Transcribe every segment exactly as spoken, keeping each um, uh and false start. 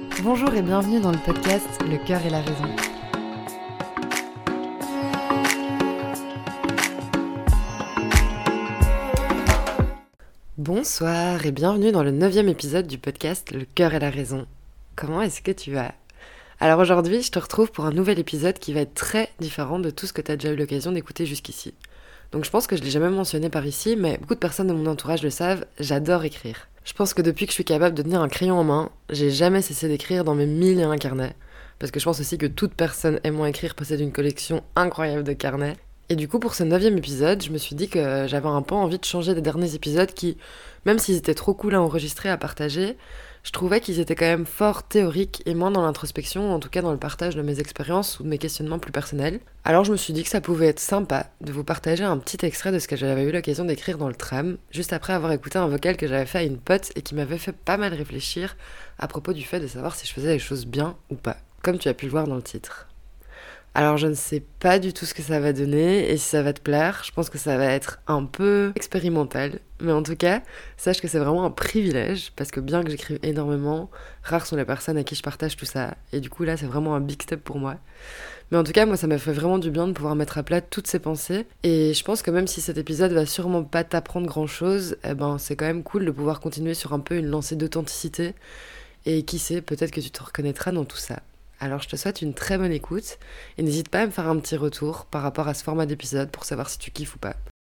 Bonjour et bienvenue dans le podcast Le cœur et la raison. Bonsoir et bienvenue dans le neuvième épisode du podcast Le cœur et la raison. Comment est-ce que tu vas ? Alors aujourd'hui, je te retrouve pour un nouvel épisode qui va être très différent de tout ce que tu as déjà eu l'occasion d'écouter jusqu'ici. Donc je pense que je l'ai jamais mentionné par ici, mais beaucoup de personnes de mon entourage le savent, j'adore écrire. Je pense que depuis que je suis capable de tenir un crayon en main, j'ai jamais cessé d'écrire dans mes mille et un carnets. Parce que je pense aussi que toute personne aimant écrire possède une collection incroyable de carnets. Et du coup, pour ce neuvième épisode, je me suis dit que j'avais un peu envie de changer des derniers épisodes qui, même s'ils étaient trop cool à enregistrer, à partager, je trouvais qu'ils étaient quand même fort théoriques et moins dans l'introspection, en tout cas dans le partage de mes expériences ou de mes questionnements plus personnels. Alors je me suis dit que ça pouvait être sympa de vous partager un petit extrait de ce que j'avais eu l'occasion d'écrire dans le tram, juste après avoir écouté un vocal que j'avais fait à une pote et qui m'avait fait pas mal réfléchir à propos du fait de savoir si je faisais les choses bien ou pas, comme tu as pu le voir dans le titre. Alors je ne sais pas du tout ce que ça va donner et si ça va te plaire, je pense que ça va être un peu expérimental, mais en tout cas, sache que c'est vraiment un privilège, parce que bien que j'écrive énormément, rares sont les personnes à qui je partage tout ça, et du coup là c'est vraiment un big step pour moi. Mais en tout cas, moi ça m'a fait vraiment du bien de pouvoir mettre à plat toutes ces pensées, et je pense que même si cet épisode va sûrement pas t'apprendre grand chose, eh ben c'est quand même cool de pouvoir continuer sur un peu une lancée d'authenticité, et qui sait, peut-être que tu te reconnaîtras dans tout ça. Alors je te souhaite une très bonne écoute et n'hésite pas à me faire un petit retour par rapport à ce format d'épisode pour savoir si tu kiffes ou pas.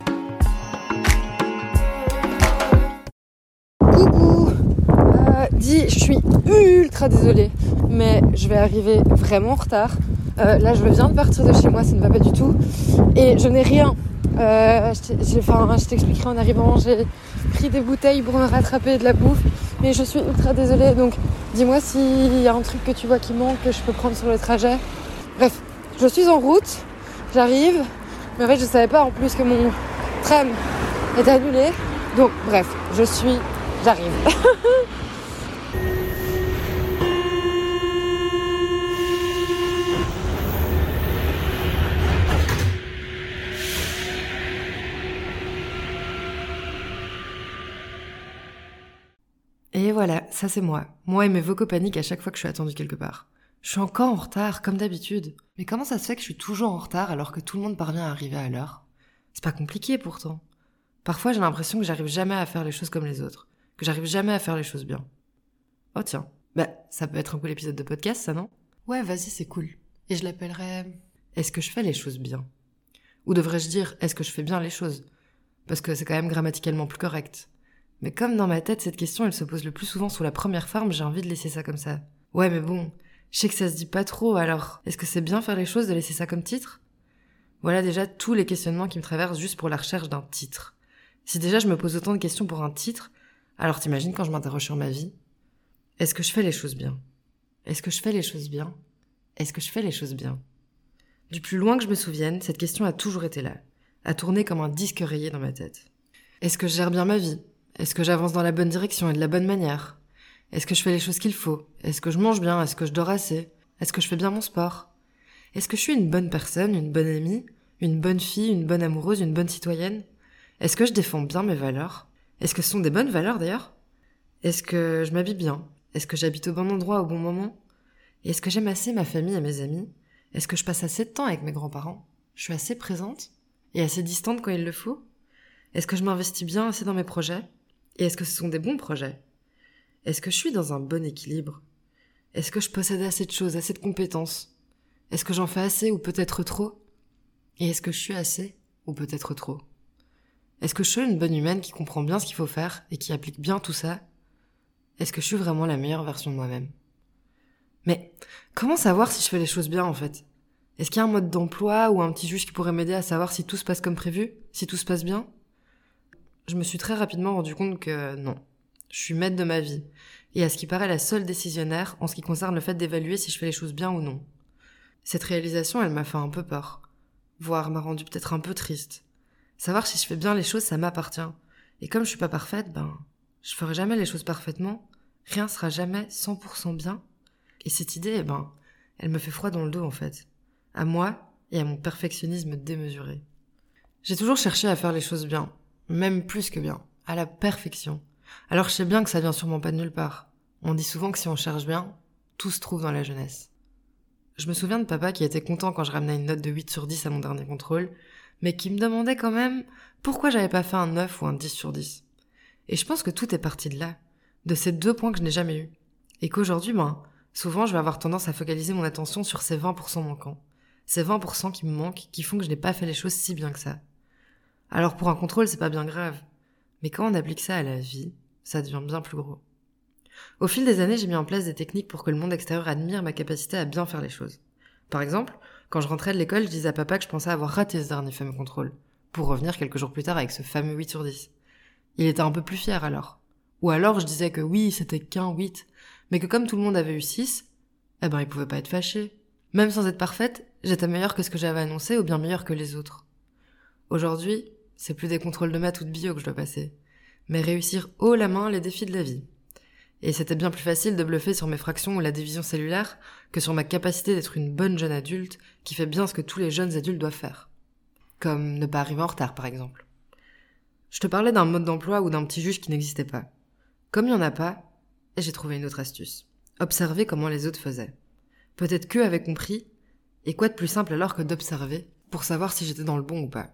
Coucou euh, Dis, je suis ultra désolée, mais je vais arriver vraiment en retard. Euh, là, je viens de partir de chez moi, ça ne va pas du tout. Et je n'ai rien. Euh, je, enfin, je t'expliquerai en arrivant, j'ai pris des bouteilles pour me rattraper de la bouffe. Mais je suis ultra désolée, donc dis-moi s'il y a un truc que tu vois qui manque, que je peux prendre sur le trajet. Bref, je suis en route, j'arrive, mais en fait je savais pas en plus que mon tram était annulé. Donc bref, je suis... j'arrive. Et voilà, ça c'est moi. Moi et mes vocaux paniques à chaque fois que je suis attendue quelque part. Je suis encore en retard, comme d'habitude. Mais comment ça se fait que je suis toujours en retard alors que tout le monde parvient à arriver à l'heure ? C'est pas compliqué pourtant. Parfois j'ai l'impression que j'arrive jamais à faire les choses comme les autres. Que j'arrive jamais à faire les choses bien. Oh tiens, bah ça peut être un cool épisode de podcast ça, non ? Ouais, vas-y, c'est cool. Et je l'appellerai... Est-ce que je fais les choses bien ? Ou devrais-je dire, est-ce que je fais bien les choses ? Parce que c'est quand même grammaticalement plus correct. Mais comme dans ma tête, cette question, elle se pose le plus souvent sous la première forme, j'ai envie de laisser ça comme ça. Ouais, mais bon, je sais que ça se dit pas trop, alors est-ce que c'est bien faire les choses de laisser ça comme titre ? Voilà déjà tous les questionnements qui me traversent juste pour la recherche d'un titre. Si déjà je me pose autant de questions pour un titre, alors t'imagines quand je m'interroge sur ma vie ? Est-ce que je fais les choses bien ? Est-ce que je fais les choses bien ? Est-ce que je fais les choses bien ? Du plus loin que je me souvienne, cette question a toujours été là, a tourné comme un disque rayé dans ma tête. Est-ce que je gère bien ma vie ? Est-ce que j'avance dans la bonne direction et de la bonne manière ? Est-ce que je fais les choses qu'il faut ? Est-ce que je mange bien ? Est-ce que je dors assez ? Est-ce que je fais bien mon sport ? Est-ce que je suis une bonne personne, une bonne amie, une bonne fille, une bonne amoureuse, une bonne citoyenne ? Est-ce que je défends bien mes valeurs ? Est-ce que ce sont des bonnes valeurs d'ailleurs ? Est-ce que je m'habille bien ? Est-ce que j'habite au bon endroit au bon moment ? Et est-ce que j'aime assez ma famille et mes amis ? Est-ce que je passe assez de temps avec mes grands-parents ? Je suis assez présente ? Et assez distante quand il le faut ? Est-ce que je m'investis bien assez dans mes projets ? Et est-ce que ce sont des bons projets ? Est-ce que je suis dans un bon équilibre ? Est-ce que je possède assez de choses, assez de compétences ? Est-ce que j'en fais assez ou peut-être trop ? Et est-ce que je suis assez ou peut-être trop ? Est-ce que je suis une bonne humaine qui comprend bien ce qu'il faut faire et qui applique bien tout ça ? Est-ce que je suis vraiment la meilleure version de moi-même ? Mais comment savoir si je fais les choses bien en fait ? Est-ce qu'il y a un mode d'emploi ou un petit juge qui pourrait m'aider à savoir si tout se passe comme prévu ? Si tout se passe bien ? Je me suis très rapidement rendu compte que non, je suis maître de ma vie, et à ce qui paraît la seule décisionnaire en ce qui concerne le fait d'évaluer si je fais les choses bien ou non. Cette réalisation, elle m'a fait un peu peur, voire m'a rendu peut-être un peu triste. Savoir si je fais bien les choses, ça m'appartient, et comme je suis pas parfaite, ben, je ferai jamais les choses parfaitement, rien sera jamais cent pour cent bien, et cette idée, eh ben, elle me fait froid dans le dos en fait, à moi et à mon perfectionnisme démesuré. J'ai toujours cherché à faire les choses bien, même plus que bien, à la perfection. Alors je sais bien que ça vient sûrement pas de nulle part. On dit souvent que si on cherche bien, tout se trouve dans la jeunesse. Je me souviens de papa qui était content quand je ramenais une note de huit sur dix à mon dernier contrôle, mais qui me demandait quand même pourquoi j'avais pas fait un neuf ou un dix sur dix. Et je pense que tout est parti de là, de ces deux points que je n'ai jamais eus. Et qu'aujourd'hui, ben, souvent je vais avoir tendance à focaliser mon attention sur ces vingt pour cent manquants. Ces vingt pour cent qui me manquent, qui font que je n'ai pas fait les choses si bien que ça. Alors pour un contrôle, c'est pas bien grave. Mais quand on applique ça à la vie, ça devient bien plus gros. Au fil des années, j'ai mis en place des techniques pour que le monde extérieur admire ma capacité à bien faire les choses. Par exemple, quand je rentrais de l'école, je disais à papa que je pensais avoir raté ce dernier fameux contrôle, pour revenir quelques jours plus tard avec ce fameux huit sur dix. Il était un peu plus fier alors. Ou alors je disais que oui, c'était qu'un huit, mais que comme tout le monde avait eu six, eh ben il pouvait pas être fâché. Même sans être parfaite, j'étais meilleure que ce que j'avais annoncé ou bien meilleure que les autres. Aujourd'hui, c'est plus des contrôles de maths ou de bio que je dois passer, mais réussir haut la main les défis de la vie. Et c'était bien plus facile de bluffer sur mes fractions ou la division cellulaire que sur ma capacité d'être une bonne jeune adulte qui fait bien ce que tous les jeunes adultes doivent faire. Comme ne pas arriver en retard, par exemple. Je te parlais d'un mode d'emploi ou d'un petit juge qui n'existait pas. Comme il n'y en a pas, j'ai trouvé une autre astuce. Observer comment les autres faisaient. Peut-être qu'eux avaient compris, et quoi de plus simple alors que d'observer pour savoir si j'étais dans le bon ou pas.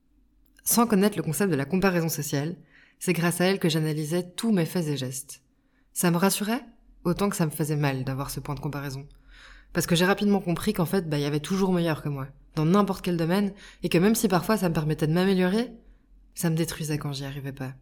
Sans connaître le concept de la comparaison sociale, c'est grâce à elle que j'analysais tous mes faits et gestes. Ça me rassurait autant que ça me faisait mal d'avoir ce point de comparaison. Parce que j'ai rapidement compris qu'en fait, bah, y avait toujours meilleur que moi, dans n'importe quel domaine, et que même si parfois ça me permettait de m'améliorer, ça me détruisait quand j'y arrivais pas.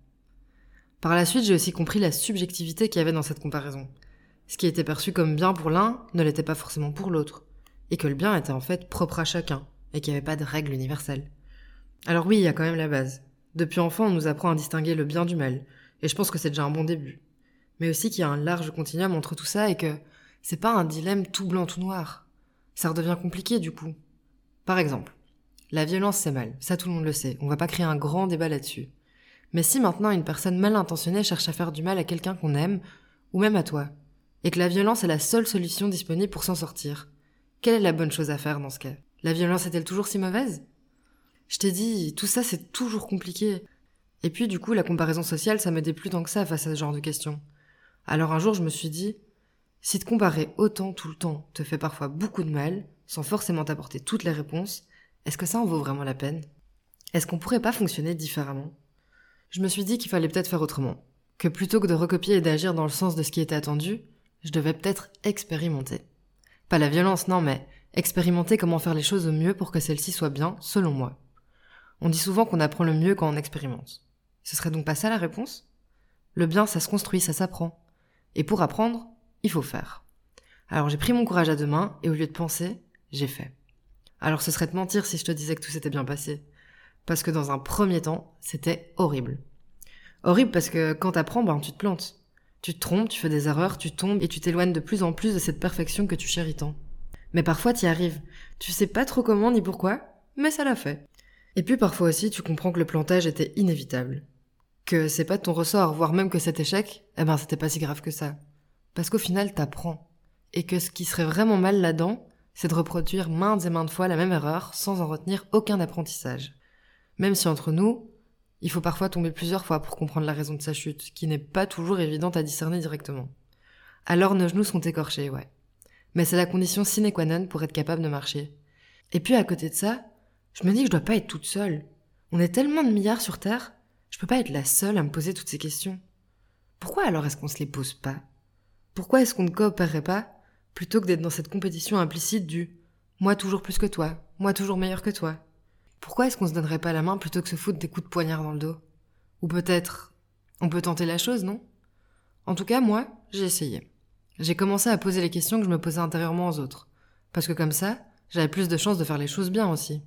Par la suite, j'ai aussi compris la subjectivité qu'il y avait dans cette comparaison. Ce qui était perçu comme bien pour l'un ne l'était pas forcément pour l'autre, et que le bien était en fait propre à chacun, et qu'il n'y avait pas de règle universelle. Alors oui, il y a quand même la base. Depuis enfant, on nous apprend à distinguer le bien du mal, et je pense que c'est déjà un bon début. Mais aussi qu'il y a un large continuum entre tout ça et que c'est pas un dilemme tout blanc tout noir. Ça redevient compliqué du coup. Par exemple, la violence c'est mal, ça tout le monde le sait, on va pas créer un grand débat là-dessus. Mais si maintenant une personne mal intentionnée cherche à faire du mal à quelqu'un qu'on aime, ou même à toi, et que la violence est la seule solution disponible pour s'en sortir, quelle est la bonne chose à faire dans ce cas ? La violence est-elle toujours si mauvaise ? Je t'ai dit, tout ça c'est toujours compliqué. Et puis du coup la comparaison sociale ça m'aidait plus tant que ça face à ce genre de questions. Alors un jour, je me suis dit, si te comparer autant tout le temps te fait parfois beaucoup de mal, sans forcément t'apporter toutes les réponses, est-ce que ça en vaut vraiment la peine ? Est-ce qu'on pourrait pas fonctionner différemment ? Je me suis dit qu'il fallait peut-être faire autrement. Que plutôt que de recopier et d'agir dans le sens de ce qui était attendu, je devais peut-être expérimenter. Pas la violence, non, mais expérimenter comment faire les choses au mieux pour que celles-ci soient bien, selon moi. On dit souvent qu'on apprend le mieux quand on expérimente. Ce serait donc pas ça la réponse ? Le bien, ça se construit, ça s'apprend. Et pour apprendre, il faut faire. Alors j'ai pris mon courage à deux mains et au lieu de penser, j'ai fait. Alors ce serait te mentir si je te disais que tout s'était bien passé. Parce que dans un premier temps, c'était horrible. Horrible parce que quand t'apprends, ben tu te plantes. Tu te trompes, tu fais des erreurs, tu tombes et tu t'éloignes de plus en plus de cette perfection que tu chéris tant. Mais parfois t'y arrives. Tu sais pas trop comment ni pourquoi, mais ça l'a fait. Et puis parfois aussi tu comprends que le plantage était inévitable. Que c'est pas de ton ressort, voire même que cet échec, eh ben c'était pas si grave que ça. Parce qu'au final, t'apprends. Et que ce qui serait vraiment mal là-dedans, c'est de reproduire maintes et maintes fois la même erreur sans en retenir aucun apprentissage. Même si entre nous, il faut parfois tomber plusieurs fois pour comprendre la raison de sa chute, qui n'est pas toujours évidente à discerner directement. Alors nos genoux sont écorchés, ouais. Mais c'est la condition sine qua non pour être capable de marcher. Et puis à côté de ça, je me dis que je dois pas être toute seule. On est tellement de milliards sur Terre, je peux pas être la seule à me poser toutes ces questions. Pourquoi alors est-ce qu'on se les pose pas ? Pourquoi est-ce qu'on ne coopérerait pas, plutôt que d'être dans cette compétition implicite du « moi toujours plus que toi, moi toujours meilleur que toi ». Pourquoi est-ce qu'on se donnerait pas la main plutôt que se foutre des coups de poignard dans le dos ? Ou peut-être, on peut tenter la chose, non ? En tout cas, moi, j'ai essayé. J'ai commencé à poser les questions que je me posais intérieurement aux autres. Parce que comme ça, j'avais plus de chances de faire les choses bien aussi.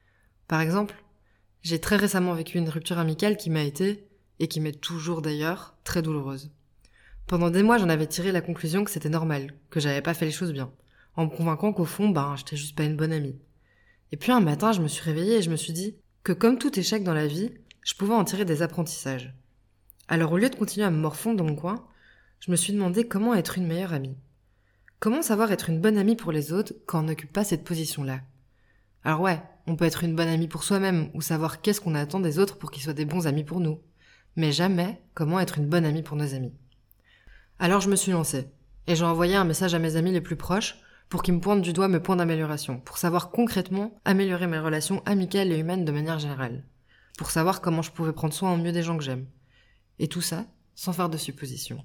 Par exemple, j'ai très récemment vécu une rupture amicale qui m'a été, et qui m'est toujours d'ailleurs, très douloureuse. Pendant des mois, j'en avais tiré la conclusion que c'était normal, que j'avais pas fait les choses bien, en me convainquant qu'au fond, ben, j'étais juste pas une bonne amie. Et puis un matin, je me suis réveillée et je me suis dit que comme tout échec dans la vie, je pouvais en tirer des apprentissages. Alors au lieu de continuer à me morfondre dans mon coin, je me suis demandé comment être une meilleure amie. Comment savoir être une bonne amie pour les autres quand on n'occupe pas cette position-là ? Alors ouais, on peut être une bonne amie pour soi-même ou savoir qu'est-ce qu'on attend des autres pour qu'ils soient des bons amis pour nous. Mais jamais comment être une bonne amie pour nos amis. Alors je me suis lancée. Et j'ai envoyé un message à mes amis les plus proches pour qu'ils me pointent du doigt mes points d'amélioration, pour savoir concrètement améliorer mes relations amicales et humaines de manière générale, pour savoir comment je pouvais prendre soin au mieux des gens que j'aime. Et tout ça, sans faire de suppositions.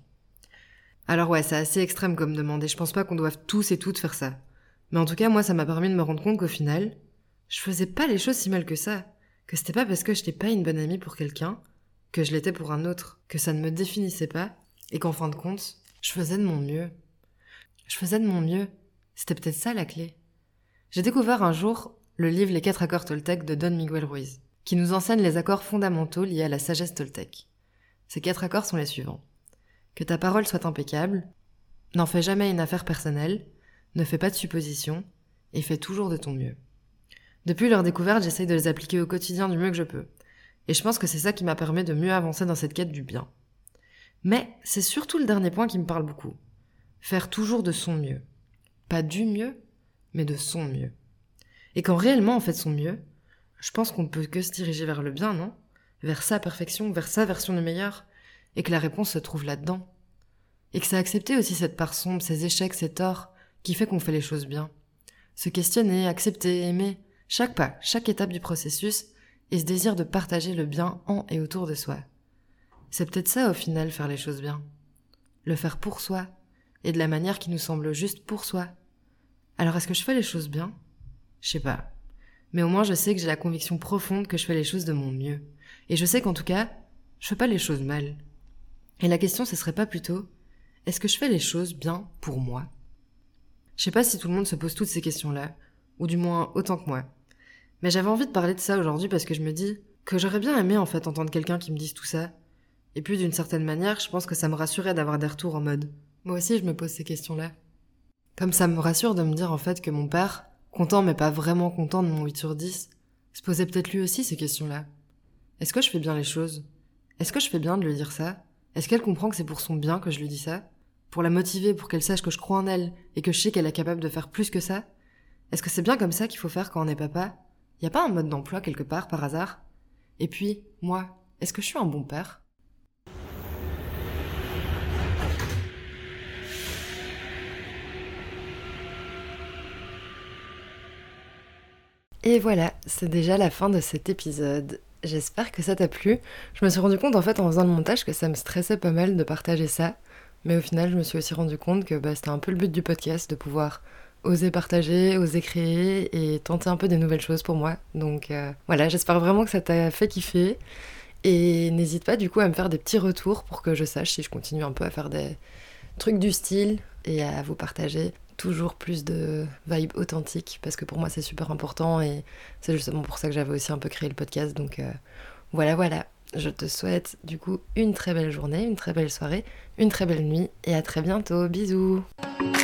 Alors ouais, c'est assez extrême comme demande, et je pense pas qu'on doive tous et toutes faire ça. Mais en tout cas, moi, ça m'a permis de me rendre compte qu'au final, je faisais pas les choses si mal que ça, que c'était pas parce que j'étais pas une bonne amie pour quelqu'un, que je l'étais pour un autre, que ça ne me définissait pas, et qu'en fin de compte, je faisais de mon mieux. Je faisais de mon mieux. C'était peut-être ça la clé. J'ai découvert un jour le livre Les quatre accords Toltec de Don Miguel Ruiz, qui nous enseigne les accords fondamentaux liés à la sagesse Toltec. Ces quatre accords sont les suivants. Que ta parole soit impeccable, n'en fais jamais une affaire personnelle, ne fais pas de suppositions, et fais toujours de ton mieux. Depuis leur découverte, j'essaye de les appliquer au quotidien du mieux que je peux. Et je pense que c'est ça qui m'a permis de mieux avancer dans cette quête du bien. Mais c'est surtout le dernier point qui me parle beaucoup. Faire toujours de son mieux. Pas du mieux, mais de son mieux. Et quand réellement on fait de son mieux, je pense qu'on ne peut que se diriger vers le bien, non ? Vers sa perfection, vers sa version du meilleur, et que la réponse se trouve là-dedans. Et que c'est accepter aussi cette part sombre, ces échecs, ces torts, qui fait qu'on fait les choses bien. Se questionner, accepter, aimer, chaque pas, chaque étape du processus, et ce désir de partager le bien en et autour de soi. C'est peut-être ça au final, faire les choses bien. Le faire pour soi, et de la manière qui nous semble juste pour soi. Alors est-ce que je fais les choses bien ? Je sais pas. Mais au moins je sais que j'ai la conviction profonde que je fais les choses de mon mieux. Et je sais qu'en tout cas, je fais pas les choses mal. Et la question ce serait pas plutôt, est-ce que je fais les choses bien pour moi ? Je sais pas si tout le monde se pose toutes ces questions-là, ou du moins autant que moi. Mais j'avais envie de parler de ça aujourd'hui parce que je me dis que j'aurais bien aimé en fait entendre quelqu'un qui me dise tout ça. Et puis d'une certaine manière, je pense que ça me rassurait d'avoir des retours en mode moi aussi je me pose ces questions-là. Comme ça me rassure de me dire en fait que mon père, content mais pas vraiment content de mon huit sur dix, se posait peut-être lui aussi ces questions-là. Est-ce que je fais bien les choses ? Est-ce que je fais bien de lui dire ça ? Est-ce qu'elle comprend que c'est pour son bien que je lui dis ça ? Pour la motiver, pour qu'elle sache que je crois en elle et que je sais qu'elle est capable de faire plus que ça ? Est-ce que c'est bien comme ça qu'il faut faire quand on est papa ? Y a pas un mode d'emploi quelque part par hasard ? Et puis, moi, est-ce que je suis un bon père ? Et voilà, c'est déjà la fin de cet épisode. J'espère que ça t'a plu. Je me suis rendu compte en fait en faisant le montage que ça me stressait pas mal de partager ça. Mais au final, je me suis aussi rendu compte que bah, c'était un peu le but du podcast, de pouvoir oser partager, oser créer et tenter un peu des nouvelles choses pour moi. Donc euh, voilà, j'espère vraiment que ça t'a fait kiffer. Et n'hésite pas du coup à me faire des petits retours pour que je sache si je continue un peu à faire des trucs du style et à vous partager toujours plus de vibes authentiques parce que pour moi c'est super important et c'est justement pour ça que j'avais aussi un peu créé le podcast. Donc euh, voilà voilà, je te souhaite du coup une très belle journée, une très belle soirée, une très belle nuit et à très bientôt, bisous.